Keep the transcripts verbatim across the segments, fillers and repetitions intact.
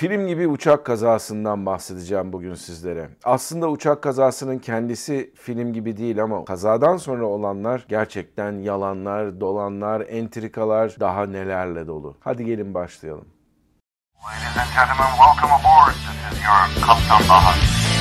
Film gibi uçak kazasından bahsedeceğim bugün sizlere. Aslında uçak kazasının kendisi film gibi değil ama kazadan sonra olanlar gerçekten yalanlar, dolanlar, entrikalar, daha nelerle dolu. Hadi gelin başlayalım. Ladies and gentlemen, welcome aboard. This is your Kaptan Baha.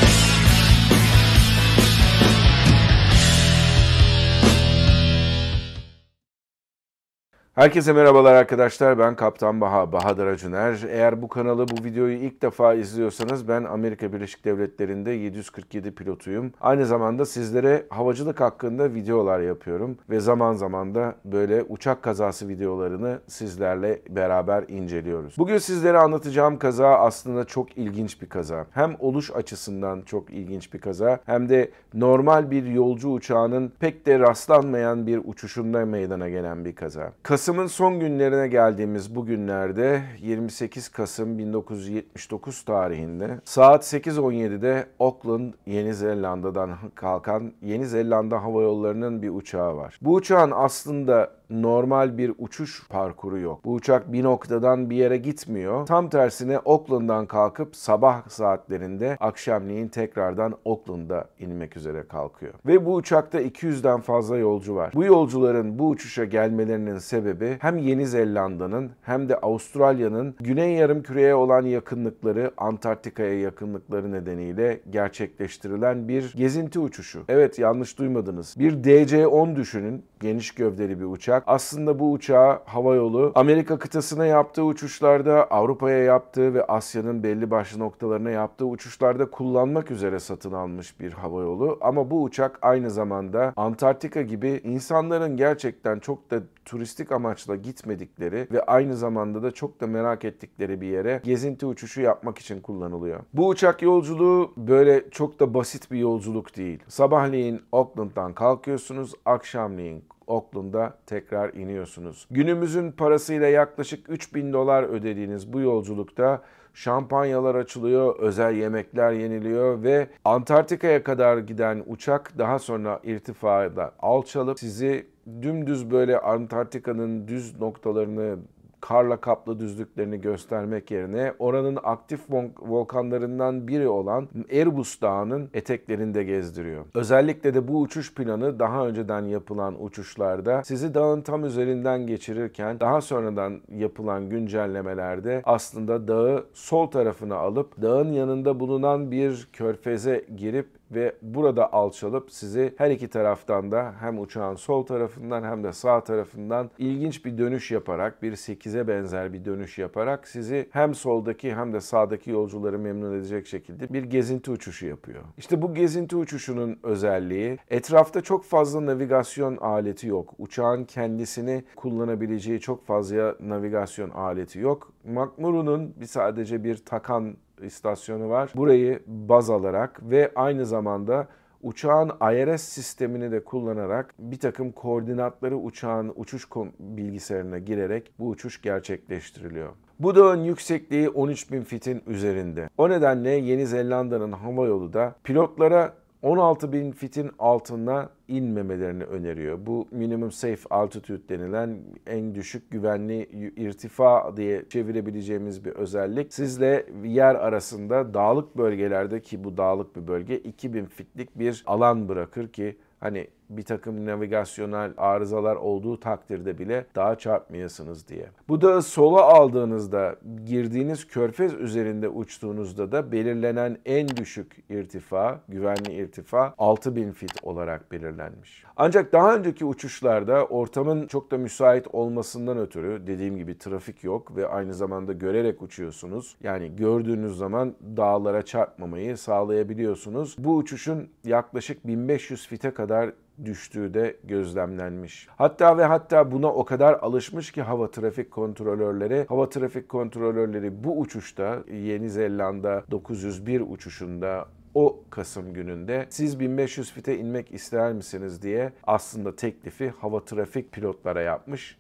Herkese merhabalar arkadaşlar, ben Kaptan Baha, Bahadır Acuner. Eğer bu kanalı, bu videoyu ilk defa izliyorsanız ben Amerika Birleşik Devletleri'nde yedi yüz kırk yedi pilotuyum. Aynı zamanda sizlere havacılık hakkında videolar yapıyorum ve zaman zaman da böyle uçak kazası videolarını sizlerle beraber inceliyoruz. Bugün sizlere anlatacağım kaza aslında çok ilginç bir kaza. Hem oluş açısından çok ilginç bir kaza hem de normal bir yolcu uçağının pek de rastlanmayan bir uçuşunda meydana gelen bir kaza. Kasım'ın son günlerine geldiğimiz bu günlerde yirmi sekiz Kasım bin dokuz yüz yetmiş dokuz tarihinde saat sekiz on yedide Auckland, Yeni Zelanda'dan kalkan Yeni Zelanda Hava Yolları'nın bir uçağı var. Bu uçağın aslında normal bir uçuş parkuru yok. Bu uçak bir noktadan bir yere gitmiyor. Tam tersine Auckland'dan kalkıp sabah saatlerinde akşamleyin tekrardan Auckland'a inmek üzere kalkıyor. Ve bu uçakta iki yüzden fazla yolcu var. Bu yolcuların bu uçuşa gelmelerinin sebebi hem Yeni Zelanda'nın hem de Avustralya'nın Güney Yarımküre'ye olan yakınlıkları, Antarktika'ya yakınlıkları nedeniyle gerçekleştirilen bir gezinti uçuşu. Evet, yanlış duymadınız. Bir D C on düşünün. Geniş gövdeli bir uçak. Aslında bu uçağı havayolu Amerika kıtasına yaptığı uçuşlarda, Avrupa'ya yaptığı ve Asya'nın belli başlı noktalarına yaptığı uçuşlarda kullanmak üzere satın almış bir havayolu. Ama bu uçak aynı zamanda Antarktika gibi insanların gerçekten çok da turistik amaçla gitmedikleri ve aynı zamanda da çok da merak ettikleri bir yere gezinti uçuşu yapmak için kullanılıyor. Bu uçak yolculuğu böyle çok da basit bir yolculuk değil. Sabahleyin Auckland'dan kalkıyorsunuz, akşamleyin Auckland'da tekrar iniyorsunuz. Günümüzün parasıyla yaklaşık üç bin dolar ödediğiniz bu yolculukta şampanyalar açılıyor, özel yemekler yeniliyor ve Antarktika'ya kadar giden uçak daha sonra irtifada alçalıp sizi dümdüz böyle Antarktika'nın düz noktalarını, karla kaplı düzlüklerini göstermek yerine oranın aktif volkanlarından biri olan Erebus Dağı'nın eteklerinde gezdiriyor. Özellikle de bu uçuş planı daha önceden yapılan uçuşlarda sizi dağın tam üzerinden geçirirken daha sonradan yapılan güncellemelerde aslında dağı sol tarafına alıp dağın yanında bulunan bir körfeze girip ve burada alçalıp sizi her iki taraftan da hem uçağın sol tarafından hem de sağ tarafından ilginç bir dönüş yaparak, bir sekize benzer bir dönüş yaparak sizi hem soldaki hem de sağdaki yolcuları memnun edecek şekilde bir gezinti uçuşu yapıyor. İşte bu gezinti uçuşunun özelliği, etrafta çok fazla navigasyon aleti yok. Uçağın kendisini kullanabileceği çok fazla navigasyon aleti yok. McMurdo'nun bir sadece bir takan istasyonu var. Burayı baz alarak ve aynı zamanda uçağın I R S sistemini de kullanarak bir takım koordinatları uçağın uçuş bilgisayarına girerek bu uçuş gerçekleştiriliyor. Bu dağın yüksekliği on üç bin fitin üzerinde. O nedenle Yeni Zelanda'nın havayolu da pilotlara on altı bin fitin altına inmemelerini öneriyor. Bu minimum safe altitude denilen en düşük güvenli irtifa diye çevirebileceğimiz bir özellik. Sizle yer arasında dağlık bölgelerde, ki bu dağlık bir bölge, iki bin fitlik bir alan bırakır ki hani bir takım navigasyonel arızalar olduğu takdirde bile dağa çarpmayasınız diye. Bu dağı sola aldığınızda, girdiğiniz körfez üzerinde uçtuğunuzda da belirlenen en düşük irtifa, güvenli irtifa altı bin fit olarak belirlenmiş. Ancak daha önceki uçuşlarda ortamın çok da müsait olmasından ötürü, dediğim gibi trafik yok ve aynı zamanda görerek uçuyorsunuz. Yani gördüğünüz zaman dağlara çarpmamayı sağlayabiliyorsunuz. Bu uçuşun yaklaşık bin beş yüz fite kadar düştüğü de gözlemlenmiş. Hatta ve hatta buna o kadar alışmış ki hava trafik kontrolörleri, hava trafik kontrolörleri bu uçuşta, Yeni Zelanda dokuz yüz bir uçuşunda o Kasım gününde siz bin beş yüz fite inmek ister misiniz diye aslında teklifi hava trafik pilotlara yapmış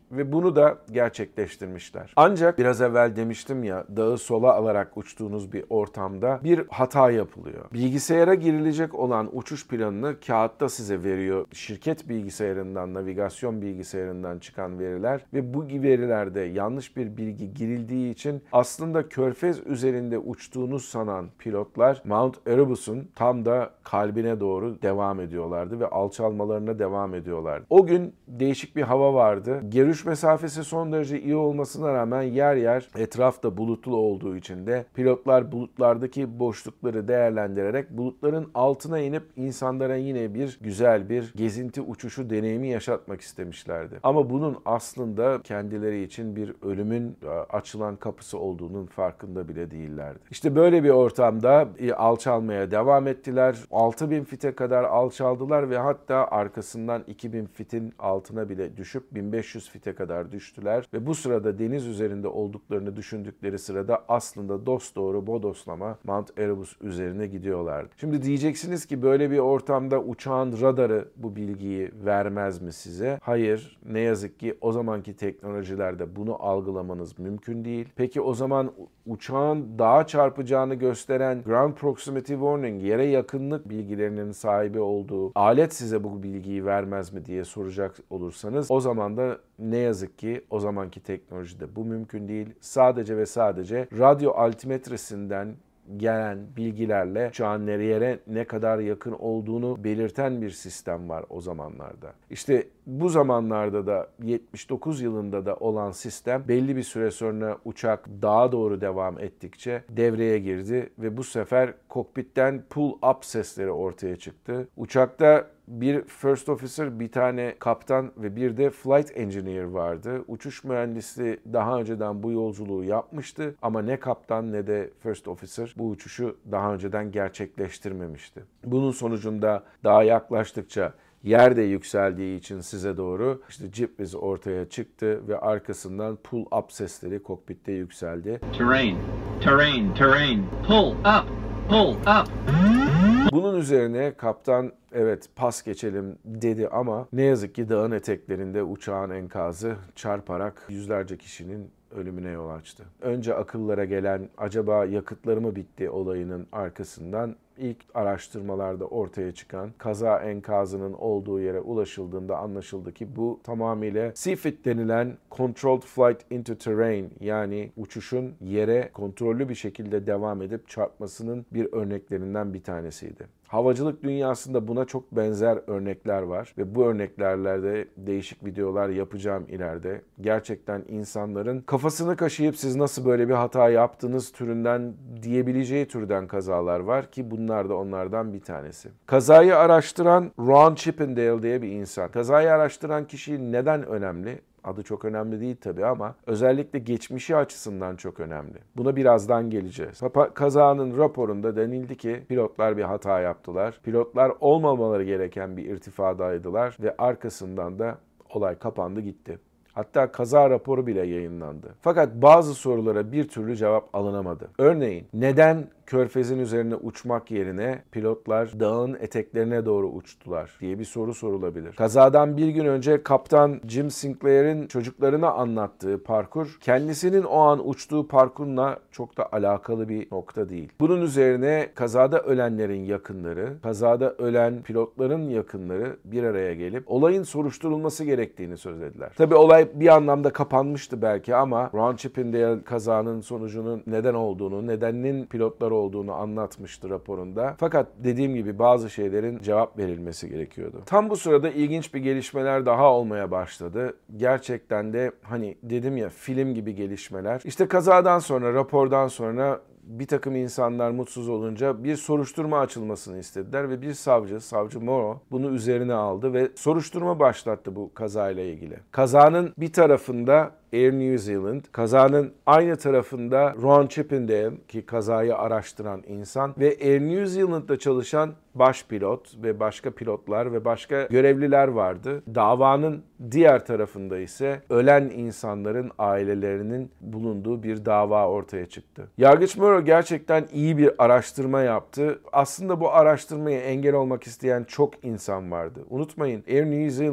ve bunu da gerçekleştirmişler. Ancak biraz evvel demiştim ya, dağı sola alarak uçtuğunuz bir ortamda bir hata yapılıyor. Bilgisayara girilecek olan uçuş planını kağıtta size veriyor. Şirket bilgisayarından, navigasyon bilgisayarından çıkan veriler ve bu verilerde yanlış bir bilgi girildiği için aslında Körfez üzerinde uçtuğunu sanan pilotlar Mount Erebus'un tam da kalbine doğru devam ediyorlardı ve alçalmalarına devam ediyorlardı. O gün değişik bir hava vardı. Görüş mesafesi son derece iyi olmasına rağmen yer yer etrafta bulutlu olduğu için de pilotlar bulutlardaki boşlukları değerlendirerek bulutların altına inip insanlara yine bir güzel bir gezinti uçuşu deneyimi yaşatmak istemişlerdi. Ama bunun aslında kendileri için bir ölümün açılan kapısı olduğunun farkında bile değillerdi. İşte böyle bir ortamda alçalmaya devam ettiler. altı bin fite kadar alçaldılar ve hatta arkasından iki bin fitin altına bile düşüp bin beş yüz fite kadar düştüler ve bu sırada deniz üzerinde olduklarını düşündükleri sırada aslında dosdoğru bodoslama Mount Erebus üzerine gidiyorlardı. Şimdi diyeceksiniz ki böyle bir ortamda uçağın radarı bu bilgiyi vermez mi size? Hayır, ne yazık ki o zamanki teknolojilerde bunu algılamanız mümkün değil. Peki o zaman uçağın dağa çarpacağını gösteren Ground Proximity Warning, yere yakınlık bilgilerinin sahibi olduğu alet size bu bilgiyi vermez mi diye soracak olursanız, o zaman da ne yazık ki o zamanki teknolojide bu mümkün değil. Sadece ve sadece radyo altimetresinden gelen bilgilerle uçağın nereye ne kadar yakın olduğunu belirten bir sistem var o zamanlarda. İşte bu zamanlarda da yetmiş dokuz yılında da olan sistem belli bir süre sonra uçak dağa doğru devam ettikçe devreye girdi ve bu sefer kokpitten pull up sesleri ortaya çıktı. Uçakta bir first officer, bir tane kaptan ve bir de flight engineer vardı. Uçuş mühendisi daha önceden bu yolculuğu yapmıştı ama ne kaptan ne de first officer bu uçuşu daha önceden gerçekleştirmemişti. Bunun sonucunda dağa yaklaştıkça yer de yükseldiği için size doğru işte Jeep ortaya çıktı ve arkasından pull up sesleri kokpitte yükseldi. Terrain, terrain, terrain, pull up, pull up. Bunun üzerine kaptan evet pas geçelim dedi ama ne yazık ki dağın eteklerinde uçağın enkazı çarparak yüzlerce kişinin ölümüne yol açtı. Önce akıllara gelen acaba yakıtları mı bitti olayının arkasından ilk araştırmalarda ortaya çıkan kaza enkazının olduğu yere ulaşıldığında anlaşıldı ki bu tamamıyla C F I T denilen Controlled Flight into Terrain, yani uçuşun yere kontrollü bir şekilde devam edip çarpmasının bir örneklerinden bir tanesiydi. Havacılık dünyasında buna çok benzer örnekler var ve bu örneklerde değişik videolar yapacağım ileride. Gerçekten insanların kafasını kaşıyıp siz nasıl böyle bir hata yaptınız türünden diyebileceği türden kazalar var ki bunlar da onlardan bir tanesi. Kazayı araştıran Ron Chippendale diye bir insan. Kazayı araştıran kişi neden önemli? Adı çok önemli değil tabii ama özellikle geçmişi açısından çok önemli. Buna birazdan geleceğiz. Kazanın raporunda denildi ki pilotlar bir hata yaptılar. Pilotlar olmamaları gereken bir irtifadaydılar ve arkasından da olay kapandı gitti. Hatta kaza raporu bile yayınlandı. Fakat bazı sorulara bir türlü cevap alınamadı. Örneğin neden Körfez'in üzerine uçmak yerine pilotlar dağın eteklerine doğru uçtular diye bir soru sorulabilir. Kazadan bir gün önce kaptan Jim Sinclair'in çocuklarına anlattığı parkur kendisinin o an uçtuğu parkurla çok da alakalı bir nokta değil. Bunun üzerine kazada ölenlerin yakınları, kazada ölen pilotların yakınları bir araya gelip olayın soruşturulması gerektiğini söylediler. Tabii olay bir anlamda kapanmıştı belki ama Ron Chippendale kazanın sonucunun neden olduğunu, nedeninin pilotlar olduğunu anlatmıştı raporunda. Fakat dediğim gibi bazı şeylerin cevap verilmesi gerekiyordu. Tam bu sırada ilginç bir gelişmeler daha olmaya başladı. Gerçekten de hani dedim ya film gibi gelişmeler. İşte kazadan sonra, rapordan sonra bir takım insanlar mutsuz olunca bir soruşturma açılmasını istediler ve bir savcı, savcı Morrow bunu üzerine aldı ve soruşturma başlattı bu kazayla ilgili. Kazanın bir tarafında Air New Zealand, kazanın aynı tarafında Ron Chippendale ki kazayı araştıran insan ve Air New Zealand'da çalışan baş pilot ve başka pilotlar ve başka görevliler vardı. Davanın diğer tarafında ise ölen insanların ailelerinin bulunduğu bir dava ortaya çıktı. Yargıç Morrow gerçekten iyi bir araştırma yaptı. Aslında bu araştırmaya engel olmak isteyen çok insan vardı. Unutmayın, Air New Zealand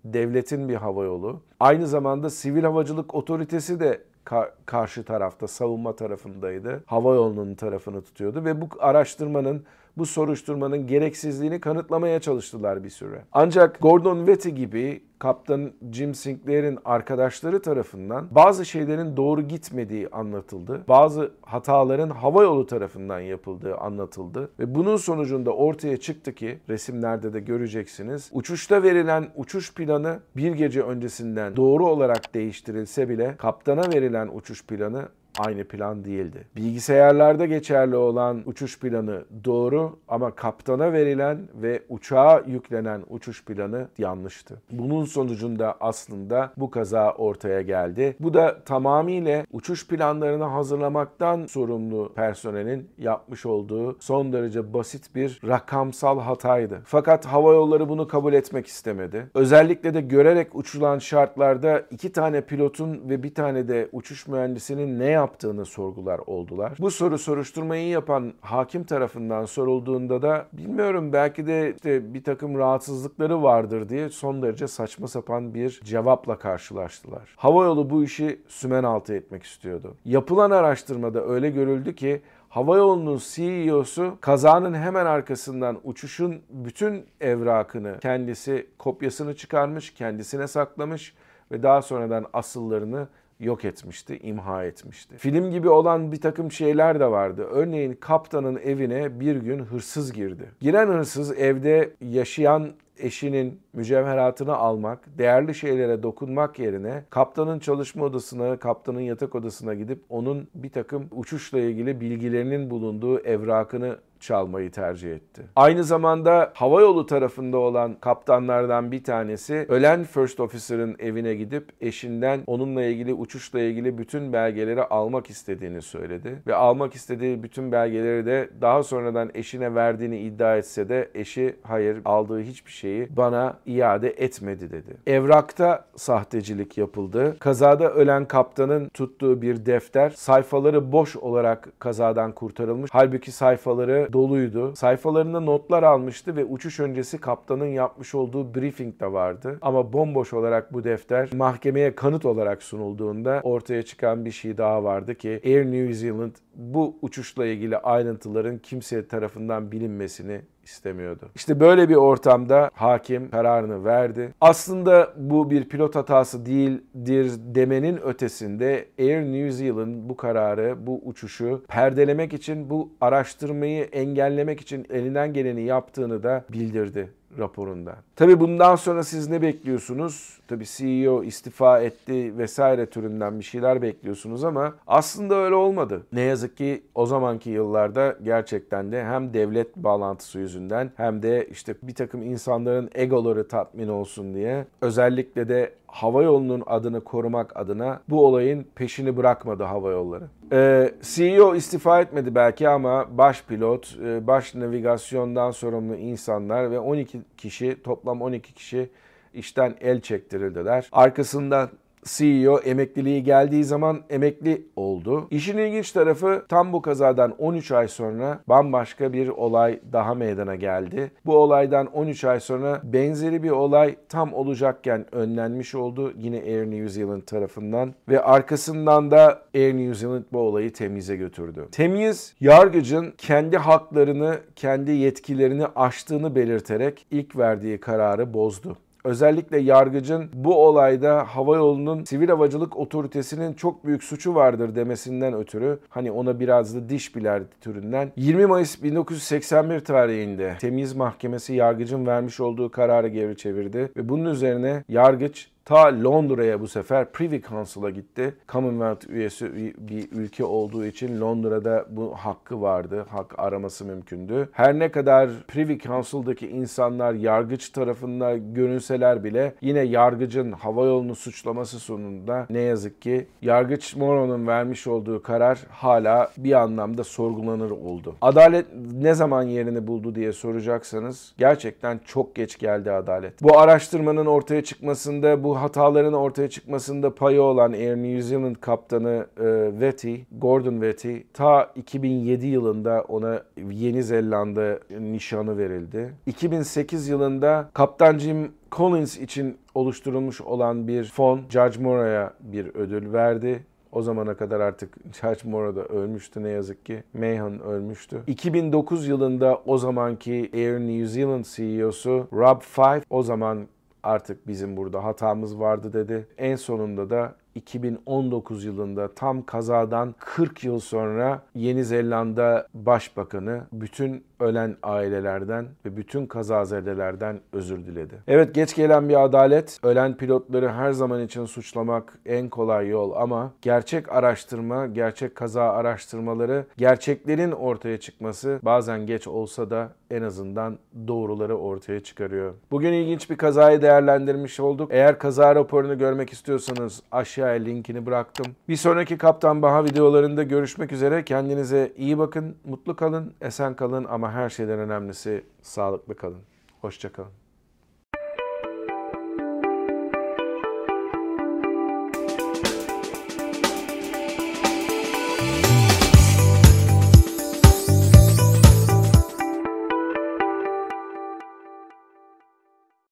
devletin bir havayolu. Aynı zamanda Sivil Havacılık Otoritesi de ka- karşı tarafta, savunma tarafındaydı. Havayolunun tarafını tutuyordu ve bu araştırmanın, bu soruşturmanın gereksizliğini kanıtlamaya çalıştılar bir süre. Ancak Gordon Wetty gibi Kaptan Jim Sinclair'in arkadaşları tarafından bazı şeylerin doğru gitmediği anlatıldı. Bazı hataların havayolu tarafından yapıldığı anlatıldı. Ve bunun sonucunda ortaya çıktı ki, resimlerde de göreceksiniz, uçuşta verilen uçuş planı bir gece öncesinden doğru olarak değiştirilse bile kaptana verilen uçuş planı aynı plan değildi. Bilgisayarlarda geçerli olan uçuş planı doğru ama kaptana verilen ve uçağa yüklenen uçuş planı yanlıştı. Bunun sonucunda aslında bu kaza ortaya geldi. Bu da tamamıyla uçuş planlarını hazırlamaktan sorumlu personelin yapmış olduğu son derece basit bir rakamsal hataydı. Fakat havayolları bunu kabul etmek istemedi. Özellikle de görerek uçulan şartlarda iki tane pilotun ve bir tane de uçuş mühendisinin ne yaptığını sorgular oldular. Bu soru soruşturmayı yapan hakim tarafından sorulduğunda da bilmiyorum belki de işte bir takım rahatsızlıkları vardır diye son derece saçma sapan bir cevapla karşılaştılar. Havayolu bu işi sümen altı etmek istiyordu. Yapılan araştırmada öyle görüldü ki havayolunun C E O'su kazanın hemen arkasından uçuşun bütün evrakını kendisi kopyasını çıkarmış, kendisine saklamış ve daha sonradan asıllarını yok etmişti, imha etmişti. Film gibi olan bir takım şeyler de vardı. Örneğin kaptanın evine bir gün hırsız girdi. Giren hırsız evde yaşayan eşinin mücevheratını almak, değerli şeylere dokunmak yerine kaptanın çalışma odasına, kaptanın yatak odasına gidip onun bir takım uçuşla ilgili bilgilerinin bulunduğu evrakını çalmayı tercih etti. Aynı zamanda havayolu tarafında olan kaptanlardan bir tanesi ölen First Officer'ın evine gidip eşinden onunla ilgili uçuşla ilgili bütün belgeleri almak istediğini söyledi. Ve almak istediği bütün belgeleri de daha sonradan eşine verdiğini iddia etse de eşi hayır aldığı hiçbir şeyi bana iade etmedi dedi. Evrakta sahtecilik yapıldı. Kazada ölen kaptanın tuttuğu bir defter sayfaları boş olarak kazadan kurtarılmış. Halbuki sayfaları doluydu. Sayfalarında notlar almıştı ve uçuş öncesi kaptanın yapmış olduğu briefing de vardı. Ama bomboş olarak bu defter mahkemeye kanıt olarak sunulduğunda ortaya çıkan bir şey daha vardı ki Air New Zealand bu uçuşla ilgili ayrıntıların kimse tarafından bilinmesini istemiyordu. İşte böyle bir ortamda hakim kararını verdi. Aslında bu bir pilot hatası değildir demenin ötesinde Air New Zealand bu kararı, bu uçuşu perdelemek için, bu araştırmayı engellemek için elinden geleni yaptığını da bildirdi raporunda. Tabii bundan sonra siz ne bekliyorsunuz? Tabii C E O istifa etti vesaire türünden bir şeyler bekliyorsunuz ama aslında öyle olmadı. Ne yazık ki o zamanki yıllarda gerçekten de hem devlet bağlantısı yüzünden hem de işte bir takım insanların egoları tatmin olsun diye özellikle de havayolunun adını korumak adına bu olayın peşini bırakmadı havayolları. Ee, C E O istifa etmedi belki ama baş pilot, baş navigasyondan sorumlu insanlar ve on iki kişi, toplam on iki kişi işten el çektirildiler. Arkasından C E O emekliliği geldiği zaman emekli oldu. İşin ilginç tarafı tam bu kazadan on üç ay sonra bambaşka bir olay daha meydana geldi. Bu olaydan on üç ay sonra benzeri bir olay tam olacakken önlenmiş oldu yine Air New Zealand tarafından ve arkasından da Air New Zealand bu olayı temyize götürdü. Temyiz, yargıcın kendi haklarını, kendi yetkilerini aştığını belirterek ilk verdiği kararı bozdu. Özellikle yargıcın bu olayda havayolunun Sivil Havacılık Otoritesi'nin çok büyük suçu vardır demesinden ötürü hani ona biraz da diş biler türünden yirmi Mayıs bin dokuz yüz seksen bir tarihinde Temyiz Mahkemesi yargıcın vermiş olduğu kararı geri çevirdi ve bunun üzerine yargıç ta Londra'ya bu sefer Privy Council'a gitti. Commonwealth üyesi bir ülke olduğu için Londra'da bu hakkı vardı. Hak araması mümkündü. Her ne kadar Privy Council'daki insanlar yargıç tarafından görünseler bile yine yargıcın havayolunu suçlaması sonunda ne yazık ki yargıç Morrow'un vermiş olduğu karar hala bir anlamda sorgulanır oldu. Adalet ne zaman yerini buldu diye soracaksanız gerçekten çok geç geldi adalet. Bu araştırmanın ortaya çıkmasında bu bu hataların ortaya çıkmasında payı olan Air New Zealand kaptanı e, Vetty, Gordon Vetty, ta iki bin yedi yılında ona Yeni Zelanda nişanı verildi. iki bin sekiz yılında kaptan Jim Collins için oluşturulmuş olan bir fon Judge Mora'ya bir ödül verdi. O zamana kadar artık Judge Mora da ölmüştü ne yazık ki. Mahon ölmüştü. iki bin dokuz yılında o zamanki Air New Zealand C E O'su Rob Fife o zaman artık bizim burada hatamız vardı dedi. En sonunda da iki bin on dokuz yılında tam kazadan kırk yıl sonra Yeni Zelanda Başbakanı bütün ölen ailelerden ve bütün kazazedelerden özür diledi. Evet, geç gelen bir adalet. Ölen pilotları her zaman için suçlamak en kolay yol ama gerçek araştırma, gerçek kaza araştırmaları, gerçeklerin ortaya çıkması bazen geç olsa da en azından doğruları ortaya çıkarıyor. Bugün ilginç bir kazayı değerlendirmiş olduk. Eğer kaza raporunu görmek istiyorsanız aşağıya linkini bıraktım. Bir sonraki Kaptan Baha videolarında görüşmek üzere. Kendinize iyi bakın, mutlu kalın, esen kalın ama her şeyden önemlisi sağlıklı kalın. Hoşça kalın.